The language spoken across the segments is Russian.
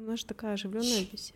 У нас же такая оживленная беседа.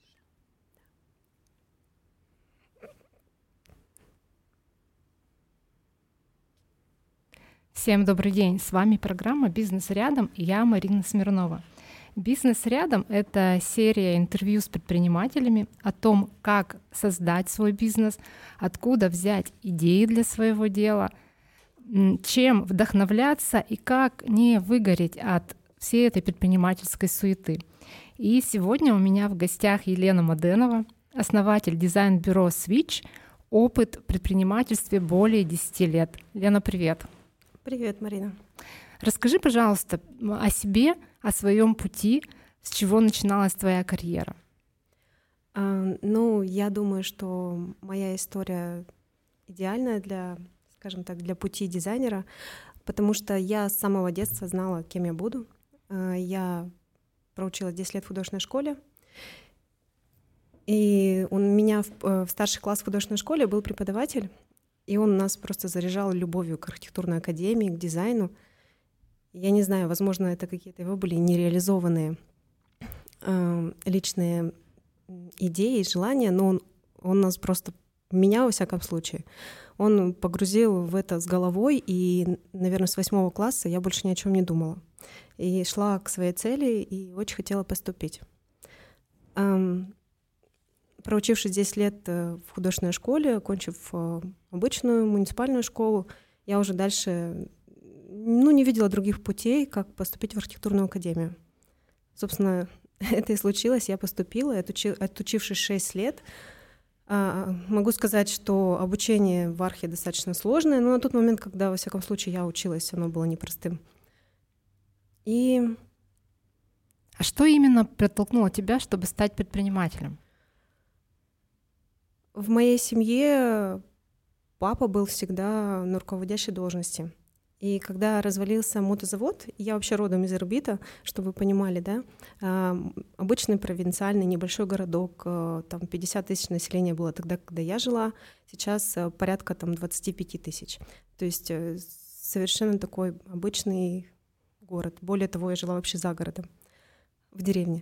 Всем добрый день! С вами программа «Бизнес рядом» и я, Марина Смирнова. «Бизнес рядом» — это серия интервью с предпринимателями о том, как создать свой бизнес, откуда взять идеи для своего дела, чем вдохновляться и как не выгореть от всей этой предпринимательской суеты. И сегодня у меня в гостях Елена Моденова, основатель дизайн-бюро Switch, опыт в предпринимательстве более 10 лет. Лена, привет! Привет, Марина. Расскажи, пожалуйста, о себе, о своем пути, с чего начиналась твоя карьера. Я думаю, что моя история идеальная для, скажем так, для пути дизайнера, потому что я с самого детства знала, кем я буду. Я проучилась 10 лет в художественной школе, и у меня в старший класс в художественной школе был преподаватель, и он нас просто заряжал любовью к архитектурной академии, к дизайну. Я не знаю, возможно, это какие-то его были нереализованные личные идеи, желания, но он нас просто, меня во всяком случае, он погрузил в это с головой, и, наверное, с 8 класса я больше ни о чем не думала. И шла к своей цели, и очень хотела поступить. Проучившись 10 лет в художественной школе, окончив обычную муниципальную школу, я уже дальше не видела других путей, как поступить в архитектурную академию. Собственно, это и случилось. Я поступила, отучившись 6 лет. Могу сказать, что обучение в архе достаточно сложное, но на тот момент, когда, во всяком случае, я училась, оно было непростым. А что именно подтолкнуло тебя, чтобы стать предпринимателем? В моей семье папа был всегда на руководящей должности. И когда развалился мотозавод, я вообще родом из Ирбита, чтобы вы понимали, да, обычный провинциальный небольшой городок, там 50 тысяч населения было тогда, когда я жила, сейчас порядка там 25 тысяч. То есть совершенно такой обычный город. Более того, я жила вообще за городом, в деревне,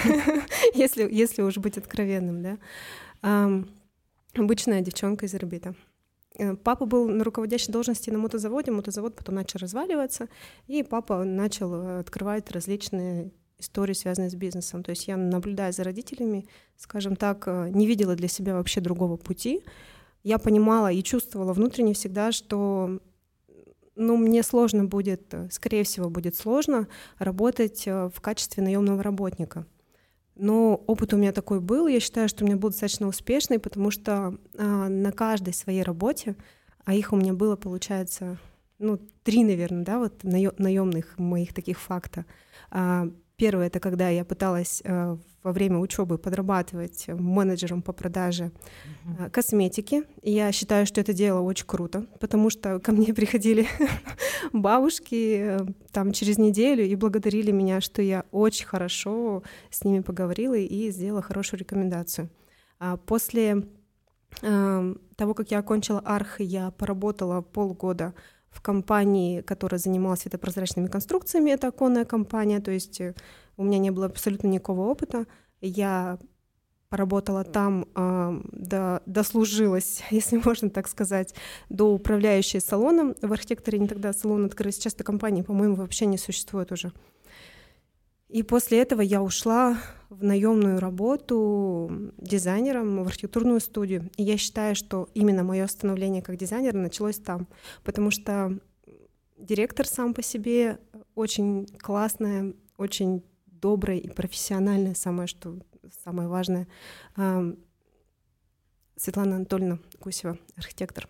если уж быть откровенным, да. Обычная девчонка из Ирбита. Папа был на руководящей должности на мотозаводе, мотозавод потом начал разваливаться, и папа начал открывать различные истории, связанные с бизнесом. То есть я, наблюдая за родителями, скажем так, не видела для себя вообще другого пути. Я понимала и чувствовала внутренне всегда, что мне сложно будет, скорее всего, будет сложно работать в качестве наемного работника. Но опыт у меня такой был, я считаю, что у меня был достаточно успешный, потому что на каждой своей работе, а их у меня было, получается, 3, наверное, да, вот наемных моих таких факта. Первое — это когда я пыталась во время учебы подрабатывать менеджером по продаже косметики. И я считаю, что это дело очень круто, потому что ко мне приходили бабушки там через неделю и благодарили меня, что я очень хорошо с ними поговорила и сделала хорошую рекомендацию. После того, как я окончила арх, я поработала полгода в компании, которая занималась светопрозрачными конструкциями. Это оконная компания, то есть у меня не было абсолютно никакого опыта. Я поработала там, дослужилась, если можно так сказать, до управляющей салоном. В архитекторе тогда салон открылись, сейчас эта компания, по-моему, вообще не существует уже. И после этого я ушла в наемную работу дизайнером в архитектурную студию. И я считаю, что именно мое становление как дизайнера началось там, потому что директор сам по себе очень классная, очень добрая и профессиональная, самое важное, Светлана Анатольевна Гусева, архитектор.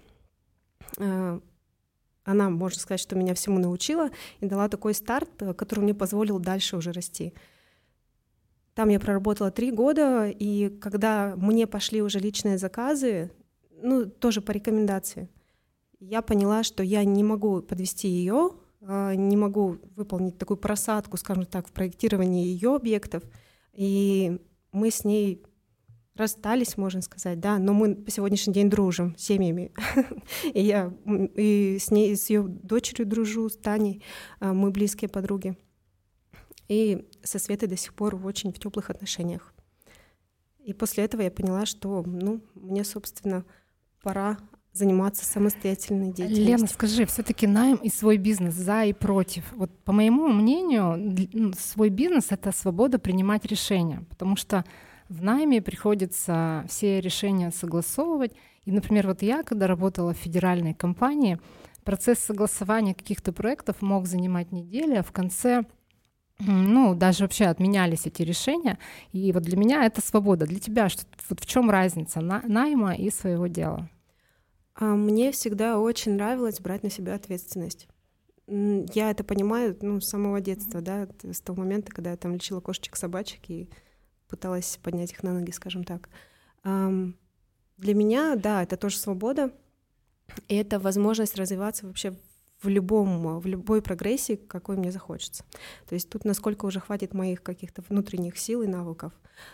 Она, можно сказать, что меня всему научила и дала такой старт, который мне позволил дальше уже расти. Там я проработала 3 года, и когда мне пошли уже личные заказы, тоже по рекомендации, я поняла, что я не могу подвести ее, не могу выполнить такую просадку, скажем так, в проектировании ее объектов. И мы с ней расстались, можно сказать, да, но мы по сегодняшний день дружим с семьями. И я и с ней, с ее дочерью дружу, с Таней, мы близкие подруги. И со Светой до сих пор очень в теплых отношениях. И после этого я поняла, что, мне, собственно, пора заниматься самостоятельной деятельностью. Лена, скажи, все-таки найм и свой бизнес, за и против. Вот по моему мнению, свой бизнес — это свобода принимать решения, потому что в найме приходится все решения согласовывать. И, например, вот я, когда работала в федеральной компании, процесс согласования каких-то проектов мог занимать недели, а в конце даже вообще отменялись эти решения. И вот для меня это свобода. Для тебя вот в чем разница найма и своего дела? Мне всегда очень нравилось брать на себя ответственность. Я это понимаю, с самого детства, да, с того момента, когда я там лечила кошечек, собачек и пыталась поднять их на ноги, скажем так. Для меня, да, это тоже свобода, и это возможность развиваться вообще в любой прогрессии, какой мне захочется. То есть тут насколько уже хватит моих каких-то внутренних сил и навыков.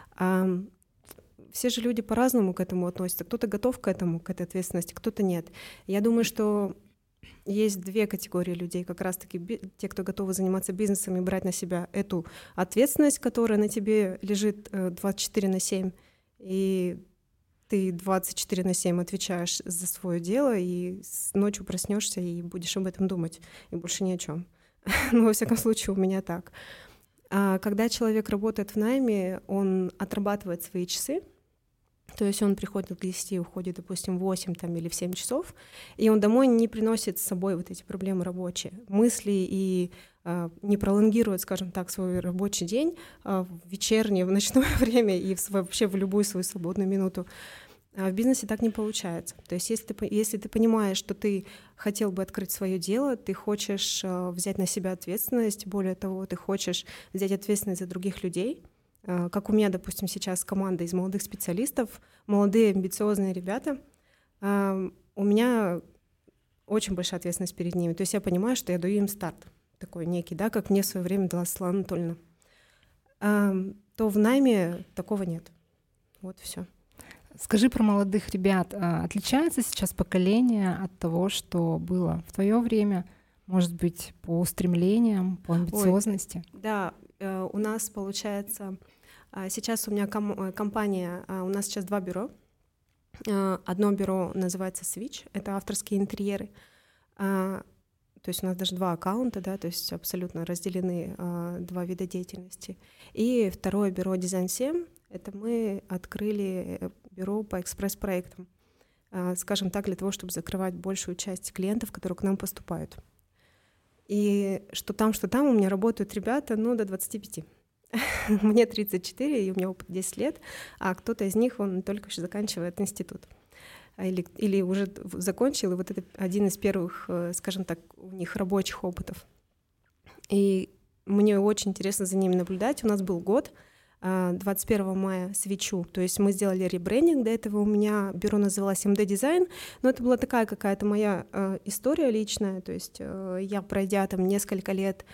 Все же люди по-разному к этому относятся. Кто-то готов к этой ответственности, кто-то нет. Я думаю, что есть две категории людей, как раз-таки те, кто готовы заниматься бизнесом и брать на себя эту ответственность, которая на тебе лежит 24/7, и ты 24/7 отвечаешь за свое дело, и ночью проснешься и будешь об этом думать, и больше ни о чем. Во всяком случае, у меня так. А когда человек работает в найме, он отрабатывает свои часы, то есть он приходит к 10, уходит, допустим, в 8 или в 7 часов, и он домой не приносит с собой вот эти проблемы рабочие, мысли и не пролонгирует, скажем так, свой рабочий день в вечернее, в ночное время и вообще в любую свою свободную минуту. А в бизнесе так не получается. То есть если ты понимаешь, что ты хотел бы открыть свое дело, ты хочешь взять на себя ответственность, более того, ты хочешь взять ответственность за других людей, как у меня, допустим, сейчас команда из молодых специалистов, молодые амбициозные ребята, у меня очень большая ответственность перед ними. То есть я понимаю, что я даю им старт такой некий, да, как мне в свое время дала Светлана Анатольевна. То в найме такого нет. Вот все. Скажи про молодых ребят. Отличается сейчас поколение от того, что было в твое время? Может быть, по устремлениям, по амбициозности? Да, у нас получается... Сейчас у меня компания, у нас сейчас 2 бюро. Одно бюро называется Switch, это авторские интерьеры. То есть у нас даже 2 аккаунта, да, то есть абсолютно разделены 2 вида деятельности. И второе бюро Design 7, это мы открыли бюро по экспресс-проектам, скажем так, для того, чтобы закрывать большую часть клиентов, которые к нам поступают. И что там у меня работают ребята, до 25. Мне 34, и у меня опыт 10 лет, а кто-то из них, он только еще заканчивает институт. Или уже закончил, и вот это один из первых, скажем так, у них рабочих опытов. И мне очень интересно за ними наблюдать. У нас был год, 21 мая свечу, то есть мы сделали ребрендинг, до этого у меня бюро называлось MD Design, но это была такая какая-то моя история личная, то есть я, пройдя там несколько лет,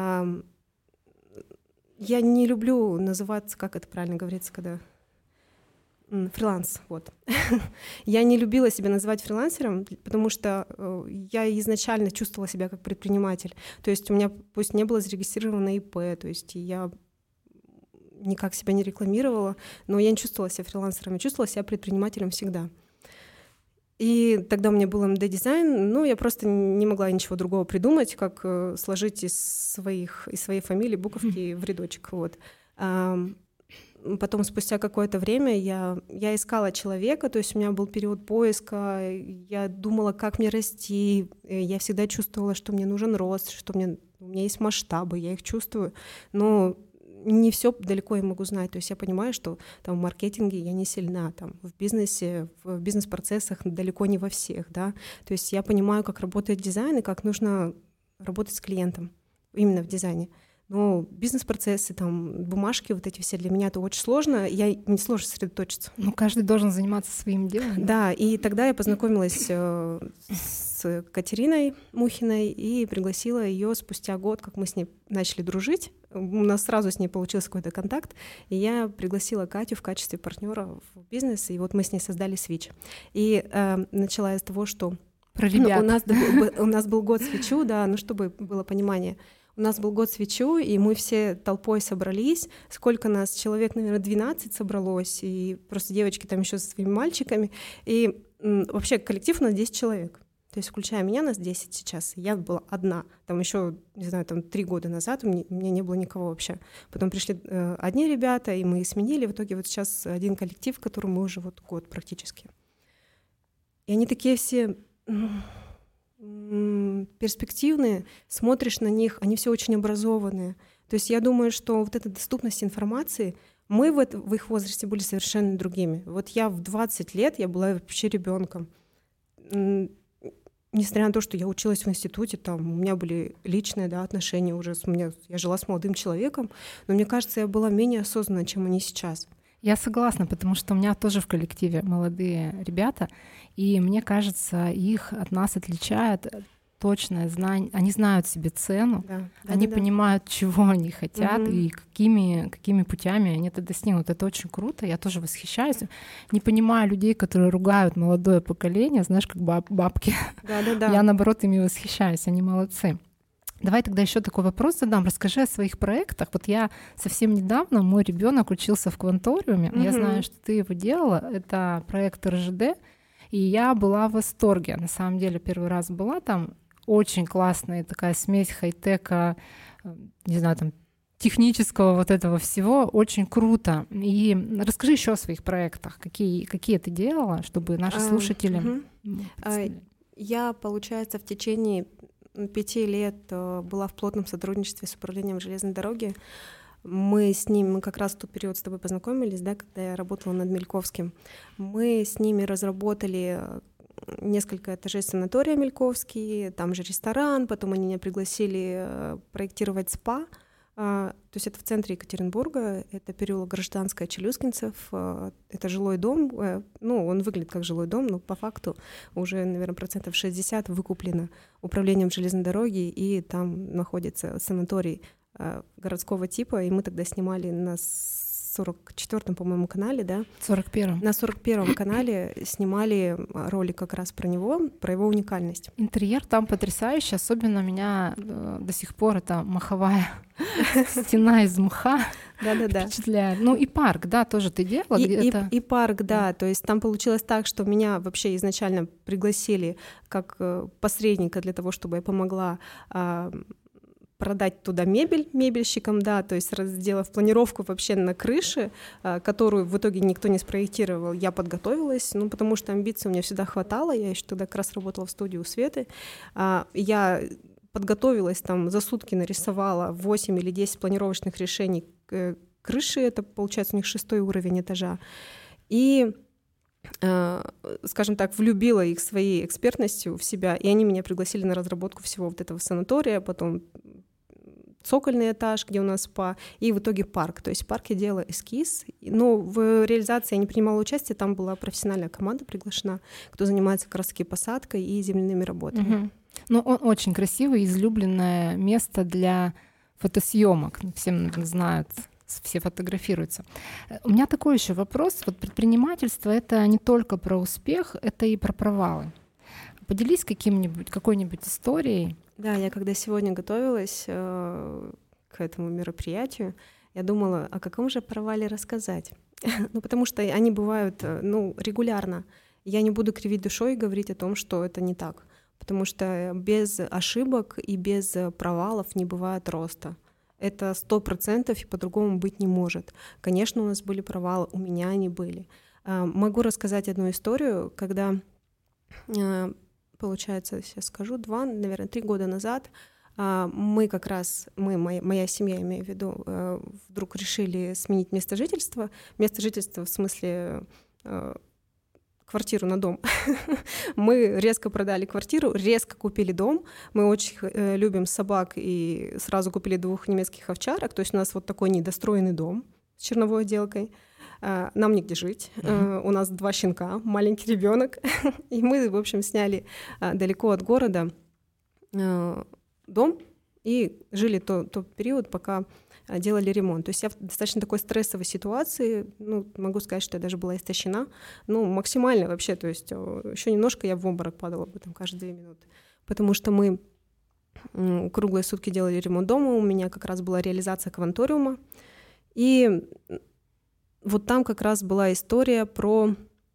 я не люблю называться, как это правильно говорится, когда... Фриланс, вот. Я не любила себя называть фрилансером, потому что я изначально чувствовала себя как предприниматель. То есть у меня пусть не было зарегистрировано ИП, то есть я никак себя не рекламировала, но я не чувствовала себя фрилансером, я чувствовала себя предпринимателем всегда. И тогда у меня был МД-дизайн, я просто не могла ничего другого придумать, как сложить из своей фамилии буковки в рядочек. Вот. Потом, спустя какое-то время, я искала человека, то есть у меня был период поиска, я думала, как мне расти, я всегда чувствовала, что мне нужен рост, что у меня есть масштабы, я их чувствую, но не все далеко я могу знать. То есть я понимаю, что там в маркетинге я не сильна, там в бизнесе, в бизнес-процессах далеко не во всех, да. То есть я понимаю, как работает дизайн и как нужно работать с клиентом именно в дизайне. Но бизнес-процессы, там, бумажки вот эти все, для меня это очень сложно, мне сложно сосредоточиться. Каждый должен заниматься своим делом. Да, и тогда я познакомилась с Катериной Мухиной и пригласила ее спустя год, как мы с ней начали дружить. У нас сразу с ней получился какой-то контакт, и я пригласила Катю в качестве партнера в бизнес, и вот мы с ней создали Switch. И начала с того, что про ребят. У нас был год Switch, да, чтобы было понимание. У У нас был год свечу, и мы все толпой собрались. Сколько нас? Человек, наверное, 12 собралось, и просто девочки там еще со своими мальчиками. И вообще коллектив у нас 10 человек. То есть, включая меня, нас 10 сейчас. Я была одна. Там еще, не знаю, 3 года назад у меня не было никого вообще. Потом пришли одни ребята, и мы сменили. В итоге вот сейчас один коллектив, в котором мы уже вот год практически. И они такие все перспективные, смотришь на них, они все очень образованные. То есть я думаю, что вот эта доступность информации, мы в их возрасте были совершенно другими. Вот я в 20 лет, я была вообще ребенком. Несмотря на то, что я училась в институте, там у меня были личные отношения уже, я жила с молодым человеком, но мне кажется, я была менее осознанна, чем они сейчас. Я согласна, потому что у меня тоже в коллективе молодые ребята, и мне кажется, их от нас отличает точное знание. Они знают себе цену, они понимают, чего они хотят и какими путями они это достигнут. Это очень круто, я тоже восхищаюсь. Не понимаю людей, которые ругают молодое поколение, знаешь, как бабки. Я, наоборот, ими восхищаюсь, они молодцы. Давай тогда еще такой вопрос задам. Расскажи о своих проектах. Вот я совсем недавно, мой ребенок учился в кванториуме. Я знаю, что ты его делала. Это проект РЖД. И я была в восторге. На самом деле, первый раз была там. Очень классная такая смесь хай-тека, не знаю, там, технического вот этого всего. Очень круто. И расскажи еще о своих проектах. Какие ты делала, чтобы наши слушатели... Я, получается, в течение 5 лет была в плотном сотрудничестве с управлением железной дороги. Мы как раз в тот период с тобой познакомились, когда я работала над Мельковским. Мы с ними разработали несколько этажей санатория Мельковский, там же ресторан, потом они меня пригласили проектировать спа. То есть это в центре Екатеринбурга, это переулок Гражданская, Челюскинцев, это жилой дом, он выглядит как жилой дом, но по факту уже, наверное, 60% выкуплено управлением железной дороги, и там находится санаторий городского типа, и мы тогда снимали на 44-м, по-моему, канале, да? 41-м. На 41-м канале снимали ролик как раз про него, про его уникальность. Интерьер там потрясающий, особенно меня до сих пор это маховая стена из мха впечатляет. Ну и парк, да, тоже ты делала где-то? И парк, да, то есть там получилось так, что меня вообще изначально пригласили как посредника для того, чтобы я помогла продать туда мебельщикам, да, то есть сделав планировку вообще на крыше, которую в итоге никто не спроектировал, я подготовилась, потому что амбиций у меня всегда хватало, я еще тогда как раз работала в студии у Светы, я подготовилась, там за сутки нарисовала 8 или 10 планировочных решений крыши, это получается у них 6-й уровень этажа, и скажем так, влюбила их своей экспертностью в себя, и они меня пригласили на разработку всего вот этого санатория, потом цокольный этаж, где у нас спа, и в итоге парк. То есть в парке делала эскиз, но в реализации я не принимала участие, там была профессиональная команда приглашена, кто занимается как раз-таки посадкой и земляными работами. Ну, он очень красивый, излюбленное место для фотосъемок. Всем, наверное, знают, все фотографируются. У меня такой еще вопрос. Вот предпринимательство — это не только про успех, это и про провалы. Поделись какой-нибудь историей. Да, я когда сегодня готовилась к этому мероприятию, я думала, о каком же провале рассказать. Потому что они бывают регулярно. Я не буду кривить душой и говорить о том, что это не так. Потому что без ошибок и без провалов не бывает роста. Это 100% и по-другому быть не может. Конечно, у нас были провалы, у меня они были. Могу рассказать одну историю, когда, получается, сейчас скажу, 3 года назад моя семья, имею в виду, вдруг решили сменить место жительства. Место жительства в смысле квартиру на дом. Мы резко продали квартиру, резко купили дом. Мы очень любим собак и сразу купили 2 немецких овчарок. То есть у нас вот такой недостроенный дом с черновой отделкой. Нам негде жить. У нас 2 щенка, маленький ребенок. И мы, в общем, сняли далеко от города дом и жили тот период, пока делали ремонт. То есть я в достаточно такой стрессовой ситуации, могу сказать, что я даже была истощена, максимально вообще, то есть еще немножко я в обморок падала об этом каждые 2 минуты, потому что мы круглые сутки делали ремонт дома, у меня как раз была реализация кванториума. И вот там как раз была история про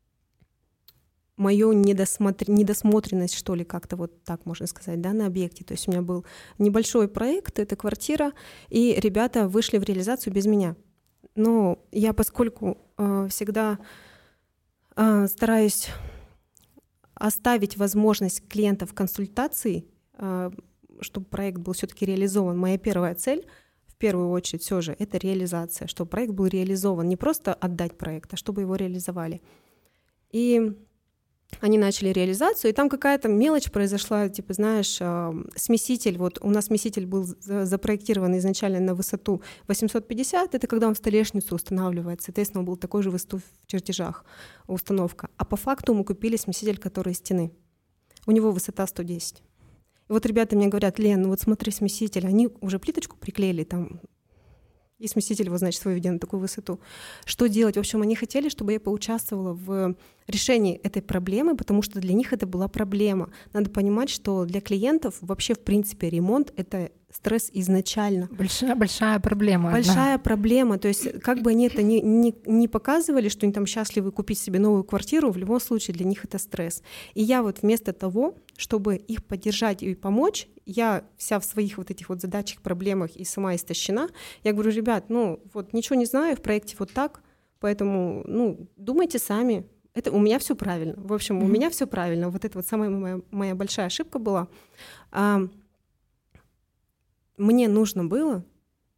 мою недосмотренность, что ли, как-то вот так можно сказать, да, на объекте. То есть у меня был небольшой проект, это квартира, и ребята вышли в реализацию без меня. Но я, поскольку всегда стараюсь оставить возможность клиента в консультации, чтобы проект был все-таки реализован. Моя первая цель, в первую очередь, все же, это реализация, чтобы проект был реализован. Не просто отдать проект, а чтобы его реализовали. И они начали реализацию, и там какая-то мелочь произошла, типа, знаешь, смеситель, вот у нас смеситель был запроектирован изначально на высоту 850, это когда он в столешницу устанавливается, соответственно, он был такой же высоту в чертежах установка. А по факту мы купили смеситель, который из стены. У него высота 110. И вот ребята мне говорят: Лен, ну вот смотри, смеситель, они уже плиточку приклеили там, и смеситель его, значит, выведен на такую высоту. Что делать? В общем, они хотели, чтобы я поучаствовала в решении этой проблемы, потому что для них это была проблема. Надо понимать, что для клиентов вообще, в принципе, ремонт — это стресс изначально. Большая проблема. Большая проблема. То есть как бы они это не показывали, что они там счастливы купить себе новую квартиру, в любом случае для них это стресс. И я вот вместо того, чтобы их поддержать и помочь, я вся в своих вот этих вот задачах, проблемах и сама истощена, я говорю: ребят, ну вот ничего не знаю, в проекте вот так, поэтому, ну, думайте сами. Это у меня все правильно. В общем, у меня все правильно. Вот это вот самая моя большая ошибка была. Мне нужно было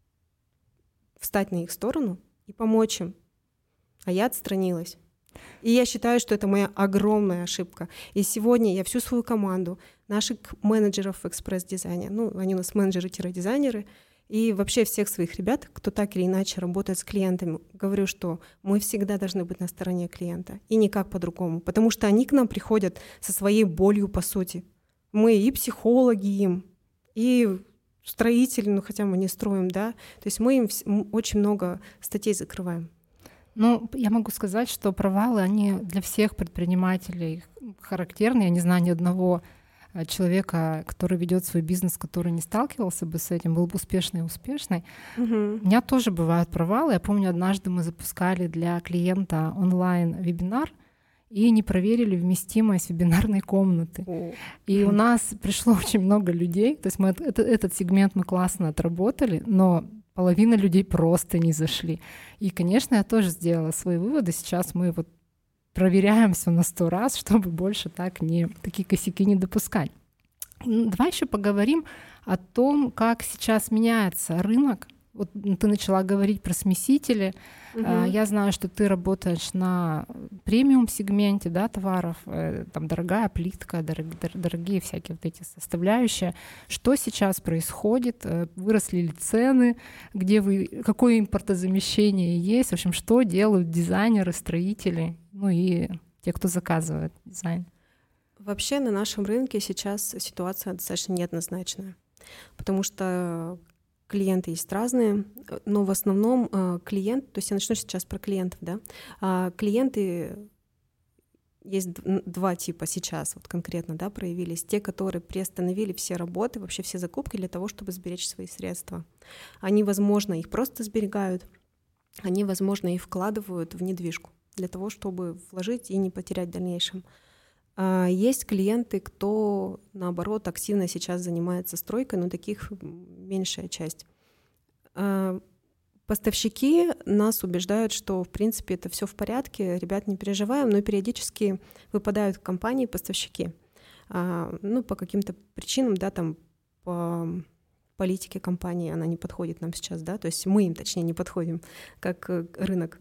встать на их сторону и помочь им, а я отстранилась. И я считаю, что это моя огромная ошибка. И сегодня я всю свою команду, наших менеджеров в экспресс-дизайне, ну, они у нас менеджеры-дизайнеры, и вообще всех своих ребят, кто так или иначе работает с клиентами, говорю, что мы всегда должны быть на стороне клиента, и никак по-другому, потому что они к нам приходят со своей болью, по сути. Мы и психологи им, и строители, ну хотя мы не строим, да, то есть мы им очень много статей закрываем. Ну, я могу сказать, что провалы, они для всех предпринимателей характерны. Я не знаю ни одного человека, который ведет свой бизнес, который не сталкивался бы с этим, был бы успешный. У меня тоже бывают провалы. Я помню, однажды мы запускали для клиента онлайн-вебинар и не проверили вместимость вебинарной комнаты. И у нас пришло очень много людей. То есть этот сегмент мы классно отработали, но половина людей просто не зашли. И, конечно, я тоже сделала свои выводы. Сейчас мы вот проверяем всё на 100 раз, чтобы больше такие косяки не допускать. Давай еще поговорим о том, как сейчас меняется рынок. Вот ты начала говорить про смесители. Я знаю, что ты работаешь на премиум-сегменте, да, товаров. Там дорогая плитка, дорогие всякие вот эти составляющие. Что сейчас происходит? Выросли ли цены? Какое импортозамещение есть? В общем, что делают дизайнеры, строители, ну и те, кто заказывает дизайн? Вообще на нашем рынке сейчас ситуация достаточно неоднозначная, потому что клиенты есть разные, но в основном клиент, то есть я начну сейчас про клиентов, да, клиенты есть два типа сейчас вот конкретно, да, проявились. Те, которые приостановили все работы, вообще все закупки для того, чтобы сберечь свои средства. Они, возможно, их просто сберегают, они, возможно, их вкладывают в недвижку для того, чтобы вложить и не потерять в дальнейшем. Есть клиенты, кто, наоборот, активно сейчас занимается стройкой, но таких меньшая часть. Поставщики нас убеждают, что, в принципе, это все в порядке, ребят, не переживаем, но периодически выпадают компании, поставщики. Ну, по каким-то причинам, да, там, по политике компании она не подходит нам сейчас, да, то есть мы им, точнее, не подходим, как рынок.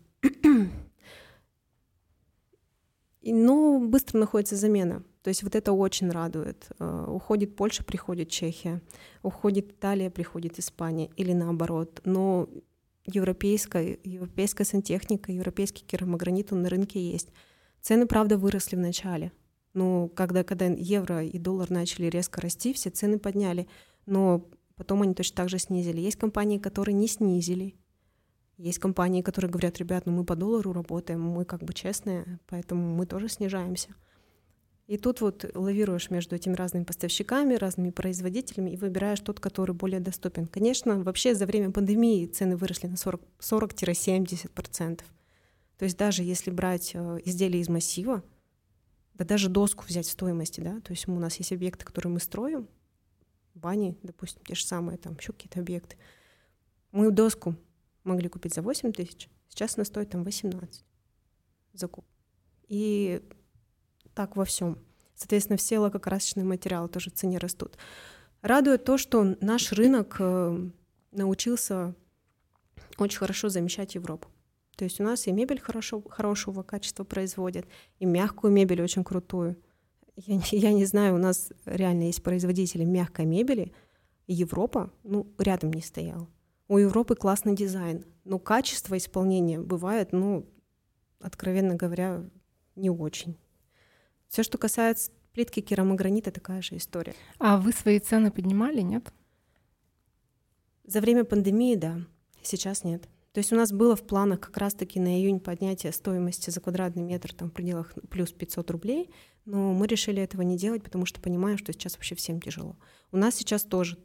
Но быстро находится замена. То есть вот это очень радует. Уходит Польша, приходит Чехия. Уходит Италия, приходит Испания. Или наоборот. Но европейская сантехника, европейский керамогранит, он на рынке есть. Цены, правда, выросли в начале. Но когда евро и доллар начали резко расти, все цены подняли. Но потом они точно так же снизили. Есть компании, которые не снизили. Есть компании, которые говорят: ребят, ну мы по доллару работаем, мы как бы честные, поэтому мы тоже снижаемся. И тут вот лавируешь между этими разными поставщиками, разными производителями и выбираешь тот, который более доступен. Конечно, вообще за время пандемии цены выросли на 40-70%. То есть даже если брать изделия из массива, да даже доску взять в стоимости, да, то есть у нас есть объекты, которые мы строим, бани, допустим, те же самые, там еще какие-то объекты. Мы доску могли купить за 8 тысяч, сейчас она стоит там 18 закуп. И так во всем. Соответственно, все лакокрасочные материалы тоже в цене растут. Радует то, что наш рынок научился очень хорошо замещать Европу. То есть у нас и мебель хорошего качества производят, и мягкую мебель очень крутую. Я не знаю, у нас реально есть производители мягкой мебели, и Европа, рядом не стояла. У Европы классный дизайн, но качество исполнения бывает, откровенно говоря, не очень. Все, что касается плитки керамогранита, такая же история. А вы свои цены поднимали, нет? За время пандемии, да, сейчас нет. То есть у нас было в планах как раз-таки на июнь поднятие стоимости за квадратный метр там, в пределах плюс 500 рублей, но мы решили этого не делать, потому что понимаем, что сейчас вообще всем тяжело. У нас сейчас тоже,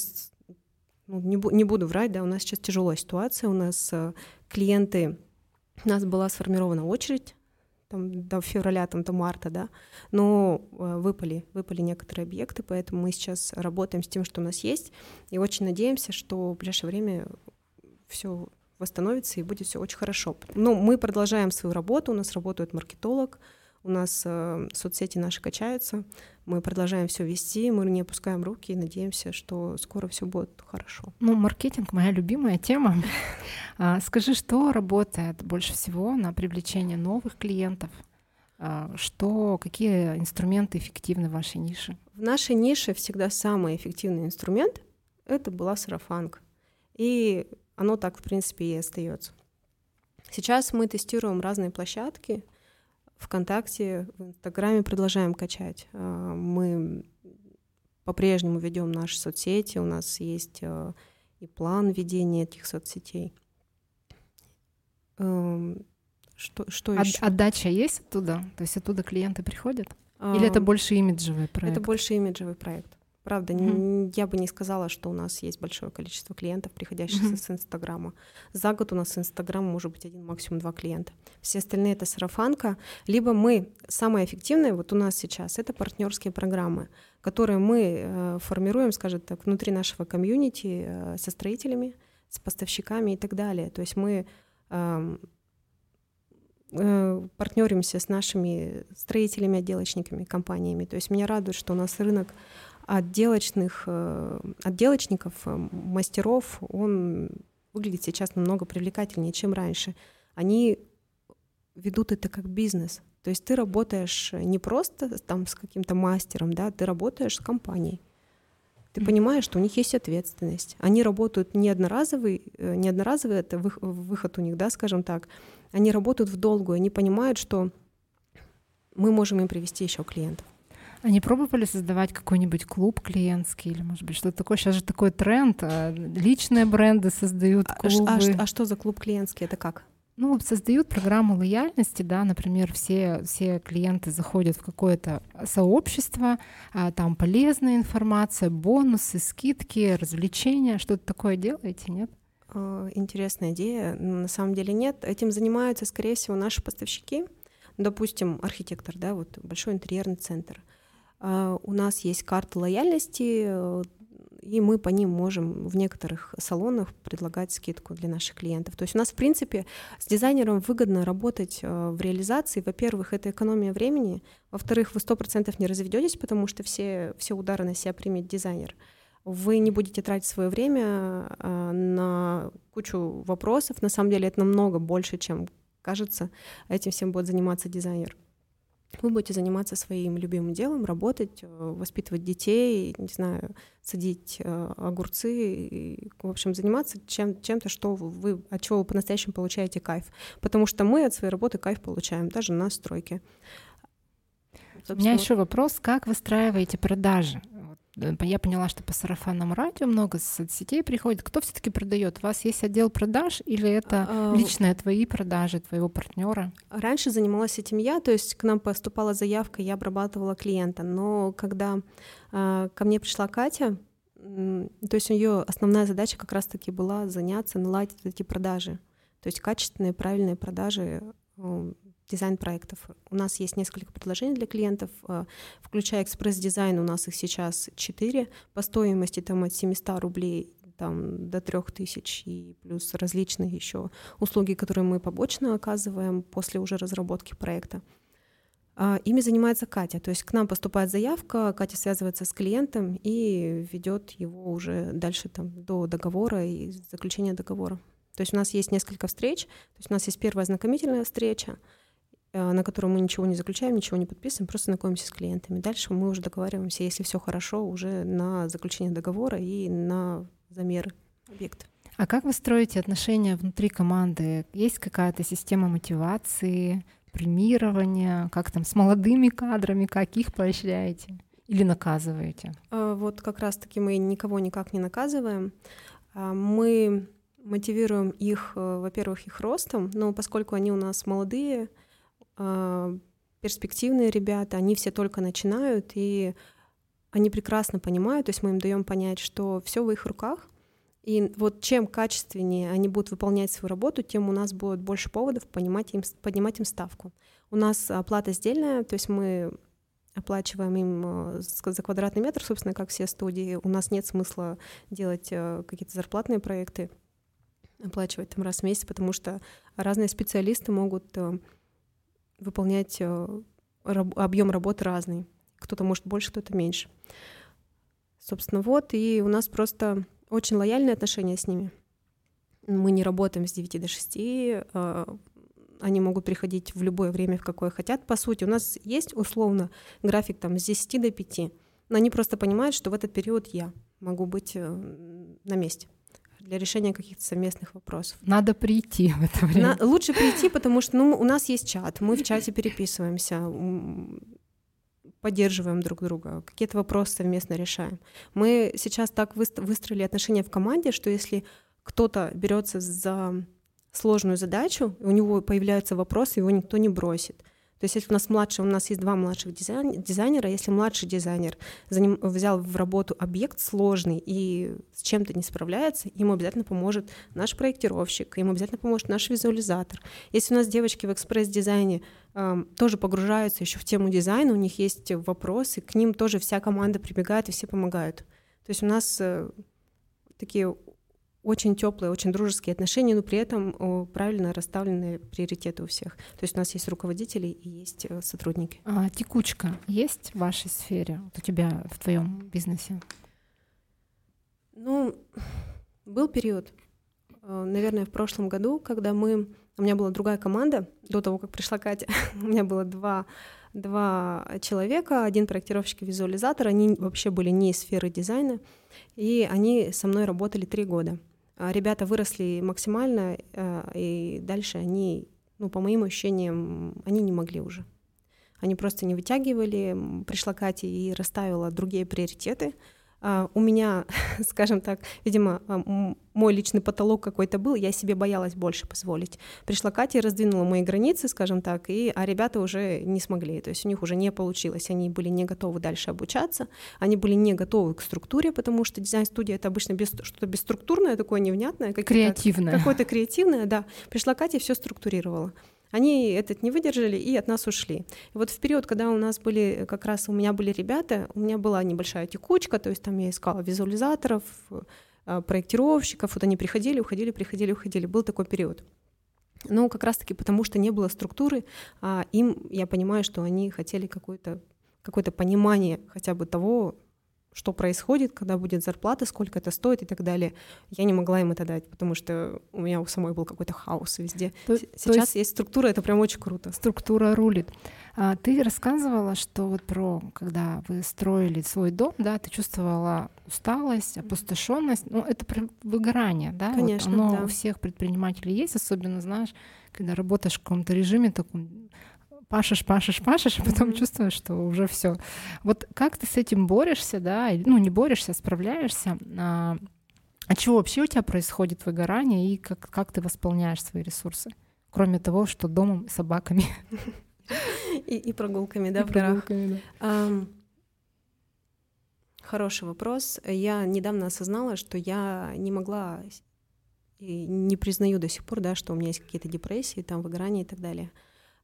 не буду врать, да, у нас сейчас тяжелая ситуация, у нас клиенты, у нас была сформирована очередь, там, до февраля, там, до марта, да, но выпали некоторые объекты, поэтому мы сейчас работаем с тем, что у нас есть, и очень надеемся, что в ближайшее время все восстановится и будет все очень хорошо. Но мы продолжаем свою работу, у нас работает маркетолог, у нас соцсети наши качаются, мы продолжаем все вести, мы не опускаем руки и надеемся, что скоро все будет хорошо. Маркетинг — моя любимая тема. Скажи, что работает больше всего на привлечение новых клиентов? Какие инструменты эффективны в вашей нише? В нашей нише всегда самый эффективный инструмент — это была сарафанка. И оно так, в принципе, и остается. Сейчас мы тестируем разные площадки. ВКонтакте, в Инстаграме продолжаем качать. Мы по-прежнему ведем наши соцсети, у нас есть и план ведения этих соцсетей. Что еще? Отдача есть оттуда? То есть оттуда клиенты приходят? Или это больше имиджевый проект? Это больше имиджевый проект. Правда, я бы не сказала, что у нас есть большое количество клиентов, приходящих с Инстаграма. За год у нас с Инстаграма может быть 1, максимум 2 клиента. Все остальные — это сарафанка. Либо самое эффективное вот у нас сейчас — это партнерские программы, которые мы формируем, скажем так, внутри нашего комьюнити со строителями, с поставщиками и так далее. То есть мы партнеримся с нашими строителями, отделочниками, компаниями. То есть меня радует, что у нас рынок отделочников, мастеров, он выглядит сейчас намного привлекательнее, чем раньше. Они ведут это как бизнес. То есть ты работаешь не просто там с каким-то мастером, да, ты работаешь с компанией. Ты понимаешь, что у них есть ответственность. Они работают не одноразовый это выход у них, да, скажем так. Они работают в долгую, они понимают, что мы можем им привести еще клиентов. Они пробовали создавать какой-нибудь клуб клиентский или, может быть, что-то такое? Сейчас же такой тренд, личные бренды создают клубы. А что за клуб клиентский? Это как? Создают программу лояльности, да, например, все клиенты заходят в какое-то сообщество, там полезная информация, бонусы, скидки, развлечения. Что-то такое делаете, нет? Интересная идея. На самом деле нет. Этим занимаются, скорее всего, наши поставщики. Допустим, архитектор, да, вот большой интерьерный центр. У нас есть карта лояльности, и мы по ним можем в некоторых салонах предлагать скидку для наших клиентов. То есть у нас, в принципе, с дизайнером выгодно работать в реализации. Во-первых, это экономия времени. Во-вторых, вы 100% не разведетесь, потому что все удары на себя примет дизайнер. Вы не будете тратить свое время на кучу вопросов. На самом деле это намного больше, чем кажется. Этим всем будет заниматься дизайнер. Вы будете заниматься своим любимым делом, работать, воспитывать детей, не знаю, садить огурцы, и, в общем, заниматься чем-то, от чего вы по-настоящему получаете кайф. Потому что мы от своей работы кайф получаем, даже на стройке. У меня еще вопрос, как выстраиваете продажи? Я поняла, что по сарафанному радио много соцсетей приходит. Кто все-таки продает? У вас есть отдел продаж или это личные твои продажи, твоего партнера? Раньше занималась этим я, то есть к нам поступала заявка, я обрабатывала клиента. Но когда ко мне пришла Катя, то есть ее основная задача как раз-таки была заняться, наладить эти продажи. То есть качественные, правильные продажи дизайн-проектов. У нас есть несколько предложений для клиентов, включая экспресс-дизайн, у нас их сейчас 4, по стоимости там от 700 рублей там, до 3000, и плюс различные еще услуги, которые мы побочно оказываем после уже разработки проекта. Ими занимается Катя, то есть к нам поступает заявка, Катя связывается с клиентом и ведет его уже дальше там, до договора и заключения договора. То есть у нас есть несколько встреч, то есть у нас есть первая знакомительная встреча, на которую мы ничего не заключаем, ничего не подписываем, просто знакомимся с клиентами. Дальше мы уже договариваемся, если все хорошо, уже на заключение договора и на замеры объекта. А как вы строите отношения внутри команды? Есть какая-то система мотивации, премирования? Как там с молодыми кадрами, как их поощряете или наказываете? Вот как раз-таки мы никого никак не наказываем. Мы мотивируем их, во-первых, их ростом, но поскольку они у нас молодые, перспективные ребята, они все только начинают, и они прекрасно понимают, то есть мы им даем понять, что все в их руках, и вот чем качественнее они будут выполнять свою работу, тем у нас будет больше поводов поднимать им ставку. У нас оплата сдельная, то есть мы оплачиваем им за квадратный метр, собственно, как все студии. У нас нет смысла делать какие-то зарплатные проекты, оплачивать там раз в месяц, потому что разные специалисты могут выполнять объем работы разный. Кто-то может больше, кто-то меньше. Собственно, вот, и у нас просто очень лояльные отношения с ними. Мы не работаем с 9 до 6, они могут приходить в любое время, в какое хотят. По сути, у нас есть условно график там, с 10 до 5, но они просто понимают, что в этот период я могу быть на месте для решения каких-то совместных вопросов. Надо прийти в это время. Лучше прийти, потому что у нас есть чат, мы в чате переписываемся, поддерживаем друг друга, какие-то вопросы совместно решаем. Мы сейчас так выстроили отношения в команде, что если кто-то берется за сложную задачу, у него появляются вопросы, его никто не бросит. То есть если у нас есть 2 младших дизайнера, если младший дизайнер взял в работу объект сложный и с чем-то не справляется, ему обязательно поможет наш проектировщик, ему обязательно поможет наш визуализатор. Если у нас девочки в экспресс-дизайне тоже погружаются еще в тему дизайна, у них есть вопросы, к ним тоже вся команда прибегает и все помогают. То есть у нас такие очень теплые, очень дружеские отношения, но при этом правильно расставленные приоритеты у всех. То есть у нас есть руководители и есть сотрудники. А текучка есть в вашей сфере, вот у тебя в твоем бизнесе? Ну, был период, наверное, в прошлом году, когда у меня была другая команда, до того, как пришла Катя, у меня было два человека, один проектировщик и визуализатор, они вообще были не из сферы дизайна, и они со мной работали 3 года. Ребята выросли максимально, и дальше они, по моим ощущениям, они не могли уже. Они просто не вытягивали. Пришла Катя и расставила другие приоритеты. У меня, скажем так, видимо, мой личный потолок какой-то был, я себе боялась больше позволить. Пришла Катя и раздвинула мои границы, скажем так, а ребята уже не смогли, то есть у них уже не получилось, они были не готовы дальше обучаться, они были не готовы к структуре, потому что дизайн-студия — это обычно что-то бесструктурное, такое невнятное. Креативное. Какое-то креативное, да. Пришла Катя и все структурировала. Они этот не выдержали и от нас ушли. И вот в период, когда у меня были ребята, у меня была небольшая текучка, то есть там я искала визуализаторов, проектировщиков, вот они приходили, уходили. Был такой период. Но как раз-таки потому, что не было структуры, я понимаю, что они хотели какое-то понимание хотя бы того, что происходит, когда будет зарплата, сколько это стоит и так далее. Я не могла им это дать, потому что у меня у самой был какой-то хаос везде. Сейчас есть структура, это прям очень круто. Структура рулит. Ты рассказывала, что когда вы строили свой дом, да, ты чувствовала усталость, опустошенность. Это выгорание, да? Конечно, оно у всех предпринимателей есть, особенно, знаешь, когда работаешь в каком-то режиме таком пашешь, а потом чувствуешь, что уже все. Вот как ты с этим борешься, да? Ну, не борешься, справляешься? От чего вообще у тебя происходит выгорание и как ты восполняешь свои ресурсы? Кроме того, что домом, собаками. И прогулками, да, в горах. Хороший вопрос. Я недавно осознала, что я не могла и не признаю до сих пор, да, что у меня есть какие-то депрессии, там, выгорания и так далее.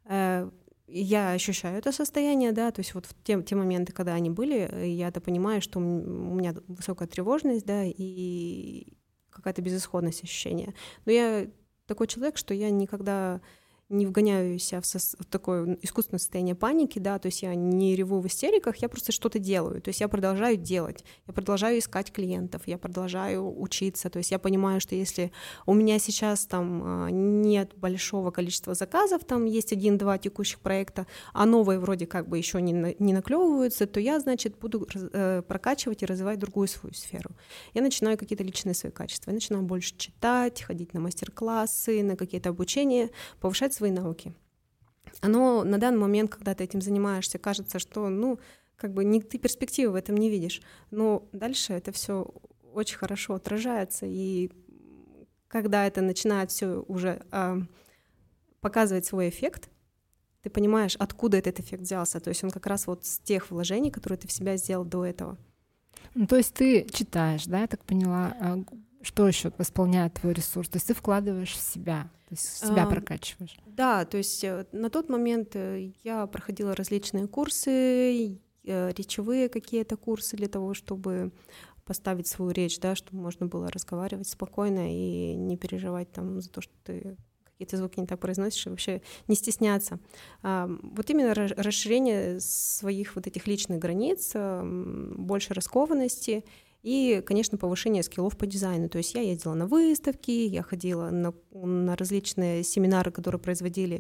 Я ощущаю это состояние, да, то есть вот в те моменты, когда они были, я это понимаю, что у меня высокая тревожность, да, и какая-то безысходность ощущения. Но я такой человек, что я никогда не вгоняю себя в такое искусственное состояние паники, да, то есть я не реву в истериках, я просто что-то делаю, то есть я продолжаю делать, я продолжаю искать клиентов, я продолжаю учиться, то есть я понимаю, что если у меня сейчас там нет большого количества заказов, там есть 1-2 текущих проекта, а новые вроде как бы еще не наклевываются, то я, значит, буду прокачивать и развивать другую свою сферу. Я начинаю какие-то личные свои качества, я начинаю больше читать, ходить на мастер-классы, на какие-то обучения, повышать свои науки. Оно на данный момент, когда ты этим занимаешься, кажется, что, ну, как бы ты перспективы в этом не видишь. Но дальше это все очень хорошо отражается, и когда это начинает все уже показывать свой эффект, ты понимаешь, откуда этот эффект взялся. То есть он как раз вот с тех вложений, которые ты в себя сделал до этого. Ну, то есть ты читаешь, да, я так поняла, что еще восполняет твой ресурс? То есть ты вкладываешь в себя, то есть себя прокачиваешь. Да, то есть на тот момент я проходила различные курсы, речевые какие-то курсы для того, чтобы поставить свою речь, да, чтобы можно было разговаривать спокойно и не переживать там за то, что ты какие-то звуки не так произносишь, и вообще не стесняться. Вот именно расширение своих вот этих личных границ, больше раскованности и, конечно, повышение скиллов по дизайну. То есть я ездила на выставки, я ходила на различные семинары, которые проводили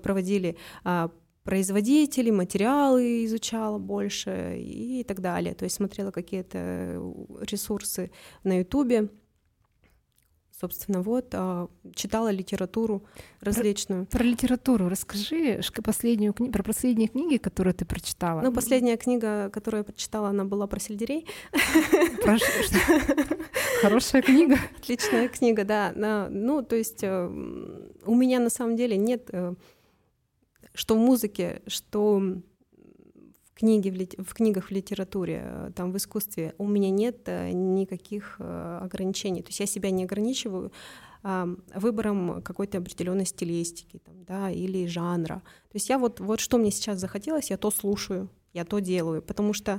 производители, материалы изучала больше и так далее. То есть смотрела какие-то ресурсы на Ютубе. Собственно, вот, читала литературу различную. Про литературу расскажи про последние книги, которые ты прочитала. Ну, последняя книга, которую я прочитала, она была про сельдерей. Хорошая книга. Отличная книга, да. Ну, то есть у меня на самом деле нет, что в музыке, что в книгах в литературе, там в искусстве, у меня нет никаких ограничений. То есть я себя не ограничиваю выбором какой-то определенной стилистики, там, да, или жанра. То есть я вот что мне сейчас захотелось, я то слушаю, я то делаю, потому что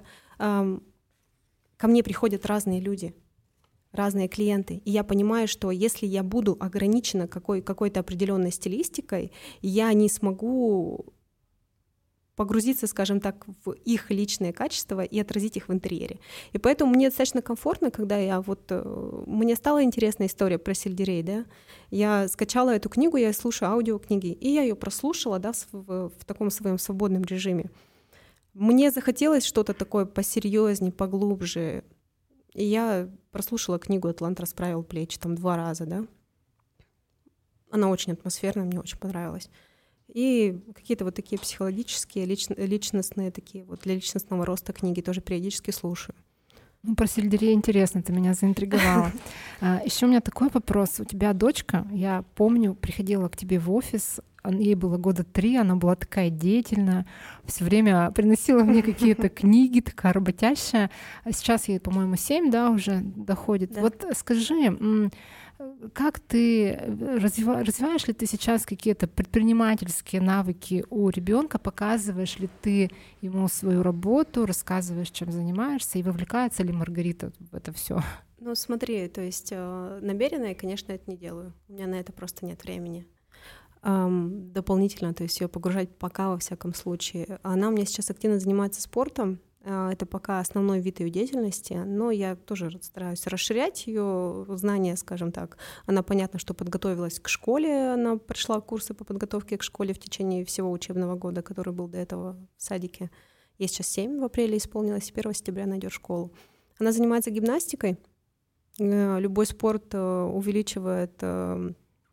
ко мне приходят разные люди, разные клиенты, и я понимаю, что если я буду ограничена какой-то определенной стилистикой, я не смогу погрузиться, скажем так, в их личные качества и отразить их в интерьере. И поэтому мне достаточно комфортно, когда мне стала интересна история про сельдерей, да, я скачала эту книгу, я слушаю аудиокниги, и я ее прослушала, да, в таком своем свободном режиме. Мне захотелось что-то такое посерьезнее, поглубже, и я прослушала книгу «Атлант расправил плечи» там 2 раза, да. Она очень атмосферная, мне очень понравилась. И какие-то вот такие психологические, личностные такие вот для личностного роста книги тоже периодически слушаю. Ну, про сельдерей интересно, ты меня заинтриговала. Еще у меня такой вопрос. У тебя дочка, я помню, приходила к тебе в офис, ей было 3 года, она была такая деятельная, все время приносила мне какие-то книги, такая работящая. Сейчас ей, по-моему, 7, да, уже доходит. Да. Вот скажи, как ты развиваешь ли ты сейчас какие-то предпринимательские навыки у ребенка, показываешь ли ты ему свою работу, рассказываешь, чем занимаешься, и вовлекается ли Маргарита в это все? Ну, смотри, то есть намеренно я, конечно, это не делаю. У меня на это просто нет времени. Дополнительно, то есть ее погружать пока, во всяком случае. Она у меня сейчас активно занимается спортом. Это пока основной вид ее деятельности, но я тоже стараюсь расширять ее знания, скажем так. Она, понятно, что подготовилась к школе, она прошла курсы по подготовке к школе в течение всего учебного года, который был до этого в садике. Ей сейчас 7, в апреле исполнилось, 1 сентября она идет в школу. Она занимается гимнастикой. Любой спорт увеличивает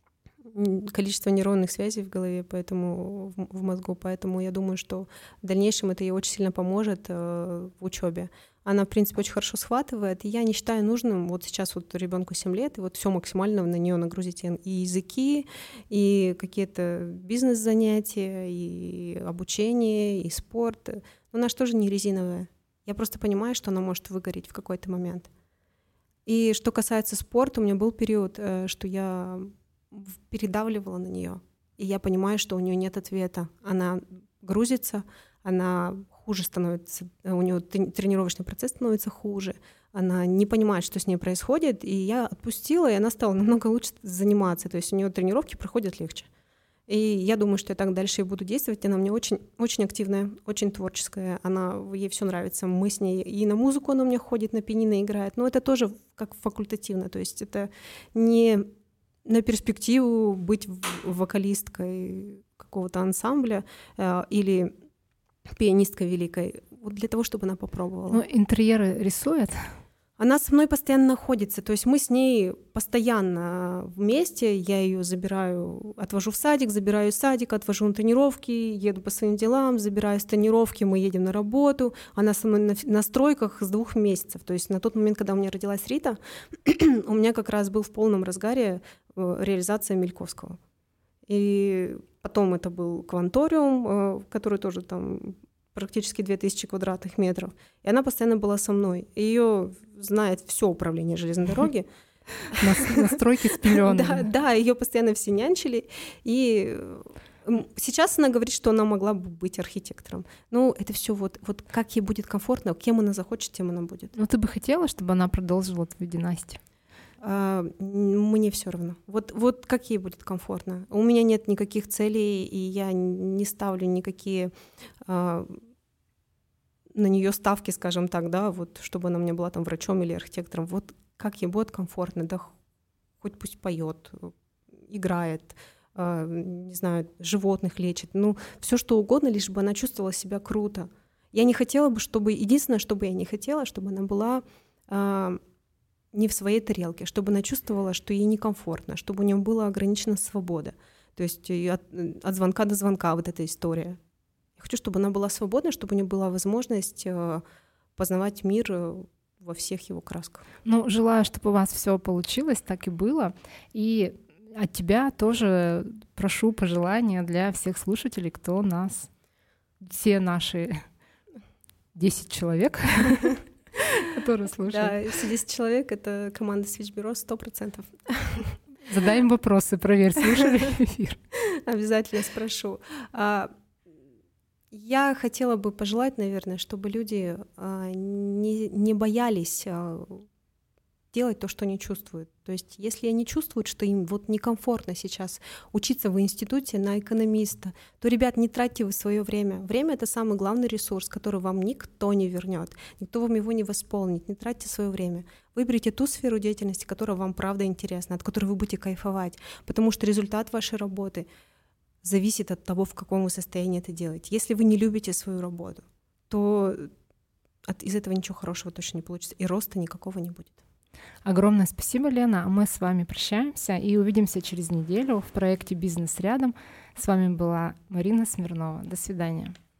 количество нейронных связей в голове, поэтому в мозгу, поэтому я думаю, что в дальнейшем это ей очень сильно поможет в учебе. Она, в принципе, очень хорошо схватывает, и я не считаю нужным вот сейчас вот ребенку 7 лет, и вот все максимально на нее нагрузить и языки, и какие-то бизнес-занятия, и обучение, и спорт. Но она же тоже не резиновая. Я просто понимаю, что она может выгореть в какой-то момент. И что касается спорта, у меня был период, что я передавливала на нее, и я понимаю, что у нее нет ответа. Она грузится, она хуже становится, у нее тренировочный процесс становится хуже, она не понимает, что с ней происходит, и я отпустила, и она стала намного лучше заниматься, то есть у нее тренировки проходят легче. И я думаю, что я так дальше и буду действовать. Она мне очень, очень активная, очень творческая. Ей все нравится. Мы с ней и на музыку она у меня ходит, на пианино играет. Но это тоже как факультативно. То есть это не на перспективу быть вокалисткой какого-то ансамбля или пианисткой великой. Вот для того, чтобы она попробовала. Ну, интерьеры рисует? Она со мной постоянно находится, то есть мы с ней постоянно вместе, я ее забираю, отвожу в садик, забираю из садика, отвожу на тренировки, еду по своим делам, забираю с тренировки, мы едем на работу, она со мной на стройках с 2 месяцев, то есть на тот момент, когда у меня родилась Рита, у меня как раз был в полном разгаре реализация Мельковского. И потом это был Кванториум, который тоже там практически 2000 квадратных метров. И она постоянно была со мной. Ее знает все управление железной дороги. Настройки с пилёнами. Да, ее постоянно все нянчили. И сейчас она говорит, что она могла бы быть архитектором. Ну, это все вот как ей будет комфортно, кем она захочет, тем она будет. Ну, ты бы хотела, чтобы она продолжила твою династию? Мне все равно. Вот как ей будет комфортно. У меня нет никаких целей, и я не ставлю никакие на нее ставки, скажем так, да, вот чтобы она мне была там врачом или архитектором. Вот как ей будет комфортно, да, хоть пусть поет, играет, не знаю, животных лечит, ну все что угодно, лишь бы она чувствовала себя круто. Я не хотела бы, единственное, что бы я не хотела, чтобы она была не в своей тарелке, чтобы она чувствовала, что ей некомфортно, чтобы у нее была ограничена свобода. То есть от звонка до звонка вот эта история. Я хочу, чтобы она была свободна, чтобы у нее была возможность познавать мир во всех его красках. Ну, желаю, чтобы у вас все получилось, так и было. И от тебя тоже прошу пожелания для всех слушателей, кто нас, все наши 10 человек, которые слушают. Да, все 10 человек — это команда Switch Bureau 100%. Задай им вопросы, проверь, слушали эфир. Обязательно спрошу. Я хотела бы пожелать, наверное, чтобы люди не боялись делать то, что они чувствуют. То есть если они чувствуют, что им вот некомфортно сейчас учиться в институте на экономиста, то, ребят, не тратьте вы свое время. Время — это самый главный ресурс, который вам никто не вернет, никто вам его не восполнит. Не тратьте свое время. Выберите ту сферу деятельности, которая вам правда интересна, от которой вы будете кайфовать, потому что результат вашей работы зависит от того, в каком вы состоянии это делаете. Если вы не любите свою работу, то из этого ничего хорошего точно не получится, и роста никакого не будет. Огромное спасибо, Лена. А мы с вами прощаемся и увидимся через неделю в проекте «Бизнес рядом». С вами была Марина Смирнова. До свидания.